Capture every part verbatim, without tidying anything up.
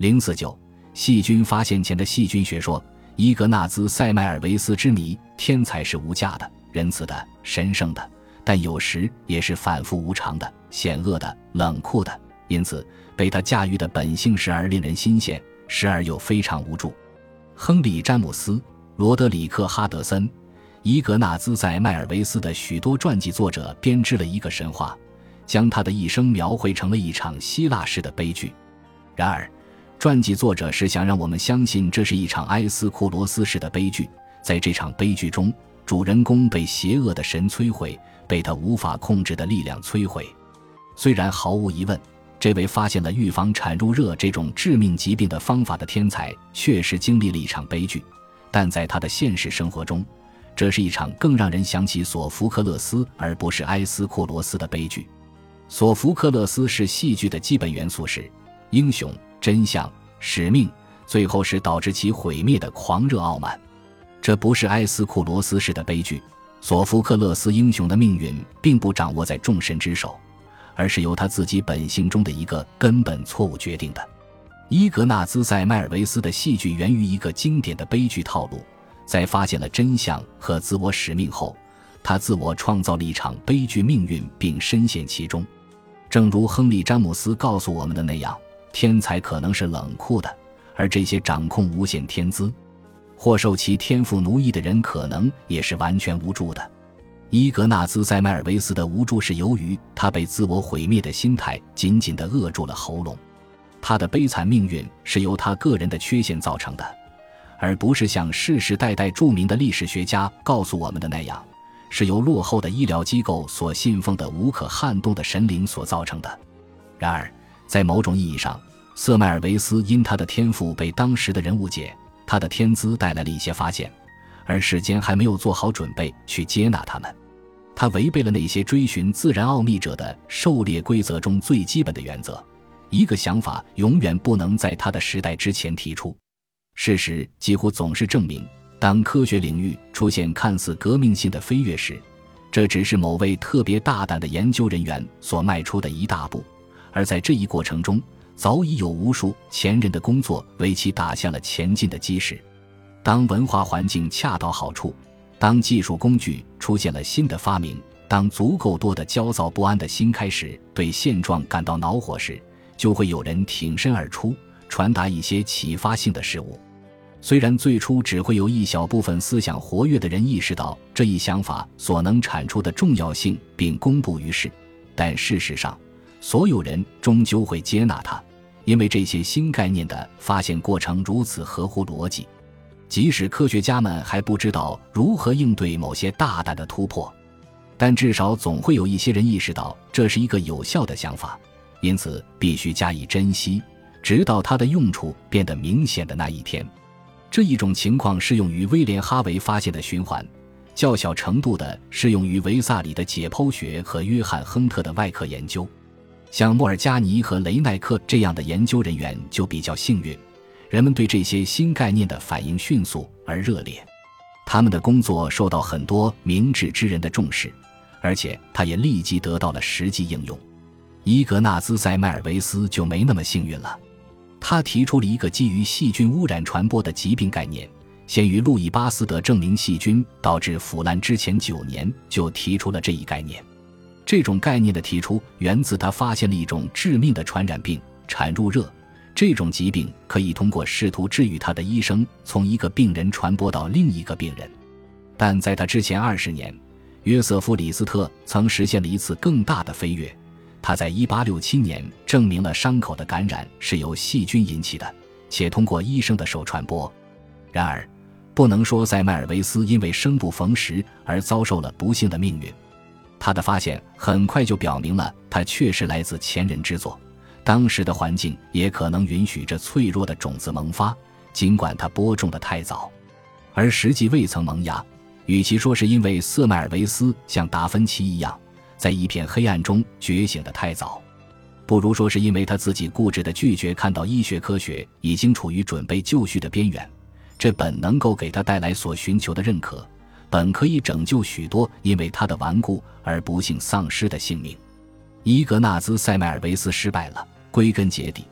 零四九细菌发现前的细菌学说。伊格纳兹·塞迈尔维斯之谜：天才是无价的、仁慈的、神圣的，但有时也是反复无常的、险恶的、冷酷的，因此被他驾驭的本性时而令人新鲜，时而又非常无助。亨利·詹姆斯、罗德里克·哈德森、伊格纳兹·塞迈尔维斯的许多传记作者编织了一个神话，将他的一生描绘成了一场希腊式的悲剧。然而传记作者是想让我们相信这是一场埃斯库罗斯式的悲剧，在这场悲剧中，主人公被邪恶的神摧毁，被他无法控制的力量摧毁。虽然毫无疑问，这位发现了预防产褥热这种致命疾病的方法的天才确实经历了一场悲剧，但在他的现实生活中，这是一场更让人想起索福克勒斯而不是埃斯库罗斯的悲剧。索福克勒斯是戏剧的基本元素是英雄、真相、使命，最后是导致其毁灭的狂热傲慢。这不是埃斯库罗斯式的悲剧，索福克勒斯英雄的命运并不掌握在众神之手，而是由他自己本性中的一个根本错误决定的。伊格纳兹·塞迈尔维斯的戏剧源于一个经典的悲剧套路，在发现了真相和自我使命后，他自我创造了一场悲剧命运并深陷其中。正如亨利·詹姆斯告诉我们的那样，天才可能是冷酷的，而这些掌控无限天资或受其天赋奴役的人可能也是完全无助的。伊格纳兹·塞迈尔维斯的无助是由于他被自我毁灭的心态紧紧地扼住了喉咙。他的悲惨命运是由他个人的缺陷造成的，而不是像世世代代著名的历史学家告诉我们的那样，是由落后的医疗机构所信奉的无可撼动的神灵所造成的。然而在某种意义上，瑟迈尔维斯因他的天赋被当时的人误解，他的天资带来了一些发现，而世间还没有做好准备去接纳他们。他违背了那些追寻自然奥秘者的狩猎规则中最基本的原则，一个想法永远不能在他的时代之前提出。事实几乎总是证明，当科学领域出现看似革命性的飞跃时，这只是某位特别大胆的研究人员所迈出的一大步，而在这一过程中，早已有无数前人的工作为其打下了前进的基石。当文化环境恰到好处，当技术工具出现了新的发明，当足够多的焦躁不安的心开始对现状感到恼火时，就会有人挺身而出，传达一些启发性的事物。虽然最初只会有一小部分思想活跃的人意识到这一想法所能产出的重要性并公布于世，但事实上所有人终究会接纳它，因为这些新概念的发现过程如此合乎逻辑。即使科学家们还不知道如何应对某些大胆的突破，但至少总会有一些人意识到这是一个有效的想法，因此必须加以珍惜，直到它的用处变得明显的那一天。这一种情况适用于威廉·哈维发现的循环，较小程度的适用于维萨里的解剖学和约翰·亨特的外科研究。像莫尔加尼和雷奈克这样的研究人员就比较幸运，人们对这些新概念的反应迅速而热烈，他们的工作受到很多明智之人的重视，而且他也立即得到了实际应用。伊格纳兹·塞迈尔维斯就没那么幸运了，他提出了一个基于细菌污染传播的疾病概念，先于路易·巴斯德证明细菌导致腐烂之前九年就提出了这一概念。这种概念的提出源自他发现了一种致命的传染病——产褥热。这种疾病可以通过试图治愈他的医生从一个病人传播到另一个病人。但在他之前二十年，约瑟夫·李斯特曾实现了一次更大的飞跃。他在一八六七年证明了伤口的感染是由细菌引起的，且通过医生的手传播。然而，不能说塞迈尔维斯因为生不逢时而遭受了不幸的命运。他的发现很快就表明了他确实来自前人之作，当时的环境也可能允许这脆弱的种子萌发，尽管它播种得太早，而实际未曾萌芽。与其说是因为瑟迈尔维斯像达芬奇一样在一片黑暗中觉醒得太早，不如说是因为他自己固执地拒绝看到医学科学已经处于准备就绪的边缘，这本能够给他带来所寻求的认可，本可以拯救许多因为他的顽固而不幸丧失的性命。伊格纳兹·塞迈尔维斯失败了，归根结底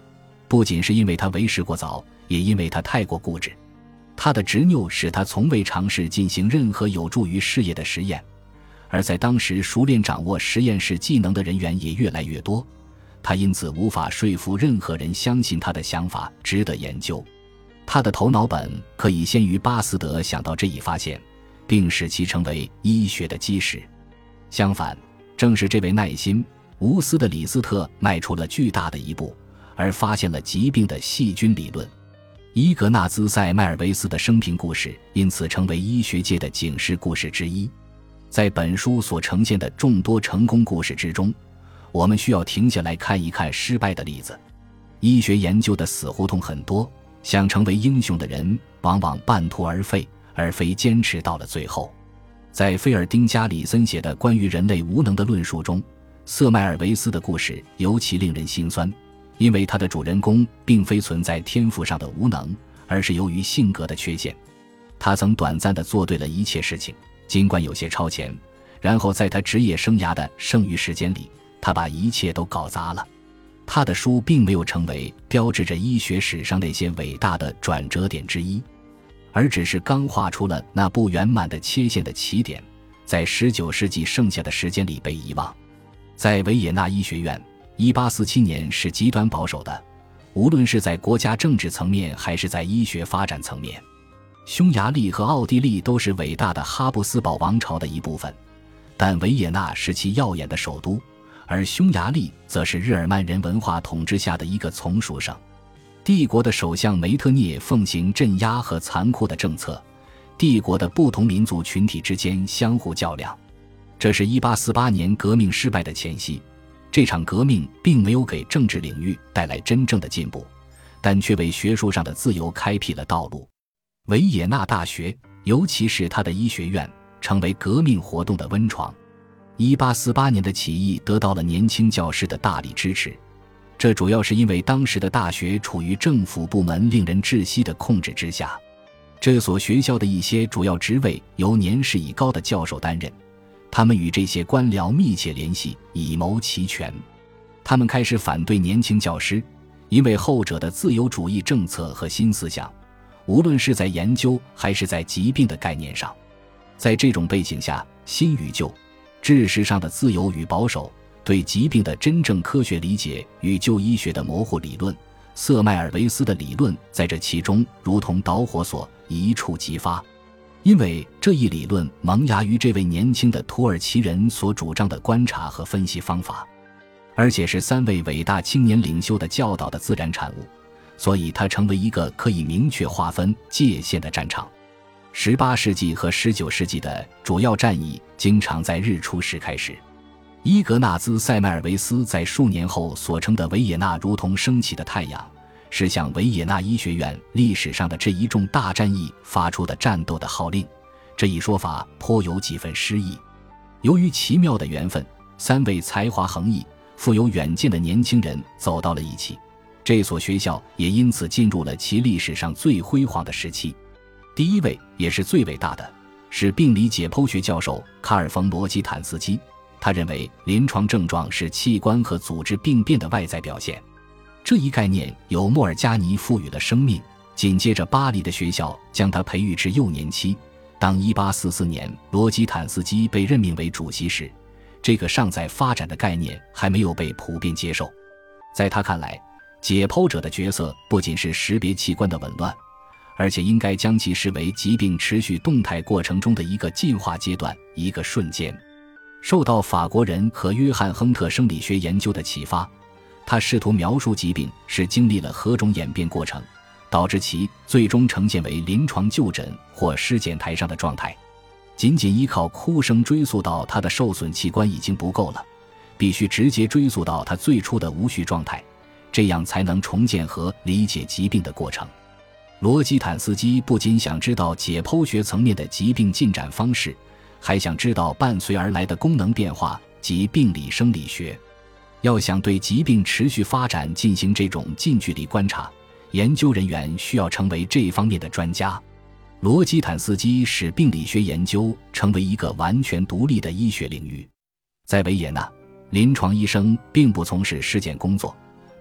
不仅是因为他为时过早，也因为他太过固执。他的执拗使他从未尝试进行任何有助于事业的实验，而在当时熟练掌握实验室技能的人员也越来越多，他因此无法说服任何人相信他的想法值得研究。他的头脑本可以先于巴斯德想到这一发现，并使其成为医学的基石。相反，正是这位耐心无私的李斯特迈出了巨大的一步，而发现了疾病的细菌理论。伊格纳兹·塞迈尔维斯的生平故事因此成为医学界的警示故事之一。在本书所呈现的众多成功故事之中，我们需要停下来看一看失败的例子。医学研究的死胡同很多，想成为英雄的人往往半途而废，而非坚持到了最后。在菲尔丁加里森写的关于人类无能的论述中，瑟迈尔维斯的故事尤其令人心酸，因为他的主人公并非存在天赋上的无能，而是由于性格的缺陷。他曾短暂地做对了一切事情，尽管有些超前，然后在他职业生涯的剩余时间里，他把一切都搞砸了。他的书并没有成为标志着医学史上那些伟大的转折点之一，而只是刚画出了那不圆满的切线的起点，在十九世纪剩下的时间里被遗忘。在维也纳医学院，一八四七年是极端保守的，无论是在国家政治层面还是在医学发展层面。匈牙利和奥地利都是伟大的哈布斯堡王朝的一部分，但维也纳是其耀眼的首都，而匈牙利则是日耳曼人文化统治下的一个从属省。帝国的首相梅特涅奉行镇压和残酷的政策，帝国的不同民族群体之间相互较量。这是一八四八年革命失败的前夕，这场革命并没有给政治领域带来真正的进步，但却为学术上的自由开辟了道路。维也纳大学，尤其是他的医学院，成为革命活动的温床。一八四八年的起义得到了年轻教师的大力支持，这主要是因为当时的大学处于政府部门令人窒息的控制之下。这所学校的一些主要职位由年事已高的教授担任，他们与这些官僚密切联系，以谋其权。他们开始反对年轻教师，因为后者的自由主义政策和新思想，无论是在研究还是在疾病的概念上。在这种背景下，新与旧，知识上的自由与保守，对疾病的真正科学理解与旧医学的模糊理论，瑟迈尔维斯的理论在这其中如同导火索，一触即发。因为这一理论萌芽于这位年轻的土耳其人所主张的观察和分析方法，而且是三位伟大青年领袖的教导的自然产物，所以它成为一个可以明确划分界限的战场。十八世纪和十九世纪的主要战役经常在日出时开始。伊格纳兹·塞迈尔维斯在数年后所称的维也纳如同升起的太阳，是向维也纳医学院历史上的这一重大战役发出的战斗的号令。这一说法颇有几分诗意。由于奇妙的缘分，三位才华横溢、富有远见的年轻人走到了一起，这所学校也因此进入了其历史上最辉煌的时期。第一位也是最伟大的是病理解剖学教授卡尔·冯·罗基坦斯基，他认为临床症状是器官和组织病变的外在表现。这一概念由莫尔加尼赋予了生命，紧接着巴黎的学校将他培育至幼年期。当一八四四年罗基坦斯基被任命为主席时，这个尚在发展的概念还没有被普遍接受。在他看来，解剖者的角色不仅是识别器官的紊乱，而且应该将其视为疾病持续动态过程中的一个进化阶段，一个瞬间。受到法国人和约翰·亨特生理学研究的启发，他试图描述疾病是经历了何种演变过程，导致其最终呈现为临床就诊或尸检台上的状态。仅仅依靠哭声追溯到他的受损器官已经不够了，必须直接追溯到他最初的无序状态，这样才能重建和理解疾病的过程。罗基坦斯基不仅想知道解剖学层面的疾病进展方式，还想知道伴随而来的功能变化及病理生理学。要想对疾病持续发展进行这种近距离观察，研究人员需要成为这方面的专家。罗基坦斯基使病理学研究成为一个完全独立的医学领域。在维也纳，临床医生并不从事尸检工作，他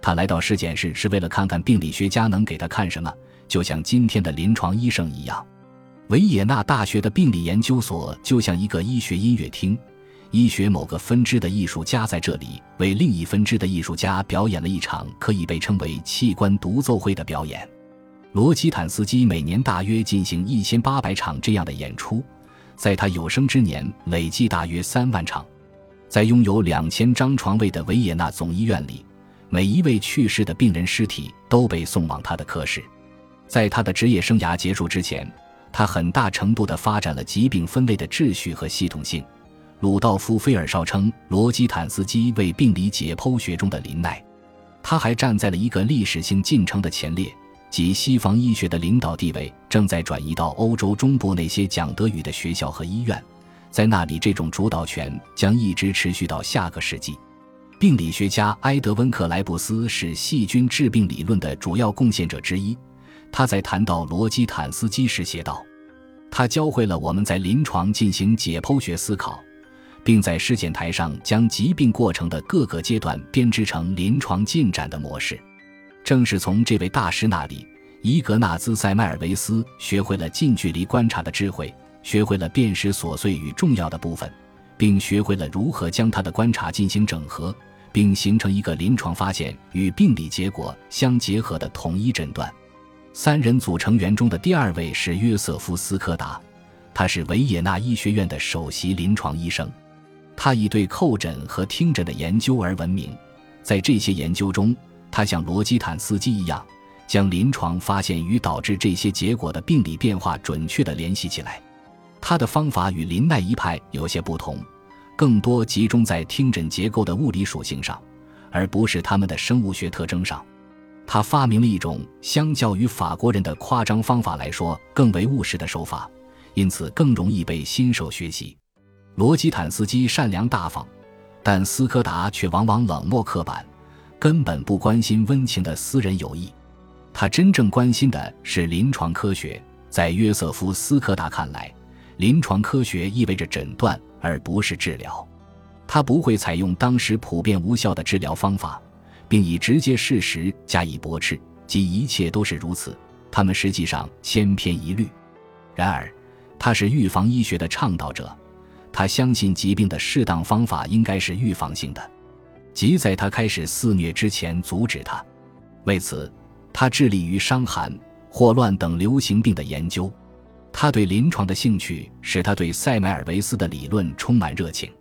他来到实检室是为了看看病理学家能给他看什么，就像今天的临床医生一样。维也纳大学的病理研究所就像一个医学音乐厅，医学某个分支的艺术家在这里为另一分支的艺术家表演了一场可以被称为器官独奏会的表演。罗基坦斯基每年大约进行一千八百场这样的演出，在他有生之年累计大约三万场。在拥有两千张床位的维也纳总医院里，每一位去世的病人尸体都被送往他的科室。在他的职业生涯结束之前，他很大程度地发展了疾病分类的秩序和系统性。鲁道夫·菲尔绍称罗基坦斯基为病理解剖学中的林奈。他还站在了一个历史性进程的前列，即西方医学的领导地位正在转移到欧洲中部那些讲德语的学校和医院，在那里这种主导权将一直持续到下个世纪。病理学家埃德温·克莱布斯是细菌致病理论的主要贡献者之一。他在谈到罗基坦斯基时写道，他教会了我们在临床进行解剖学思考，并在尸检台上将疾病过程的各个阶段编织成临床进展的模式。正是从这位大师那里，伊格纳兹·塞迈尔维斯学会了近距离观察的智慧，学会了辨识琐碎与重要的部分，并学会了如何将他的观察进行整合，并形成一个临床发现与病理结果相结合的统一诊断。三人组成员中的第二位是约瑟夫·斯科达，他是维也纳医学院的首席临床医生。他以对叩诊和听诊的研究而闻名，在这些研究中，他像罗基坦斯基一样，将临床发现与导致这些结果的病理变化准确地联系起来。他的方法与林奈一派有些不同，更多集中在听诊结构的物理属性上，而不是它们的生物学特征上。他发明了一种相较于法国人的夸张方法来说更为务实的手法，因此更容易被新手学习。罗基坦斯基善良大方，但斯科达却往往冷漠刻板，根本不关心温情的私人友谊。他真正关心的是临床科学。在约瑟夫·斯科达看来，临床科学意味着诊断而不是治疗。他不会采用当时普遍无效的治疗方法，并以直接事实加以驳斥，即一切都是如此，他们实际上千篇一律。然而，他是预防医学的倡导者，他相信疾病的适当方法应该是预防性的，即在他开始肆虐之前阻止它。为此，他致力于伤寒、霍乱等流行病的研究。他对临床的兴趣使他对塞迈尔维斯的理论充满热情。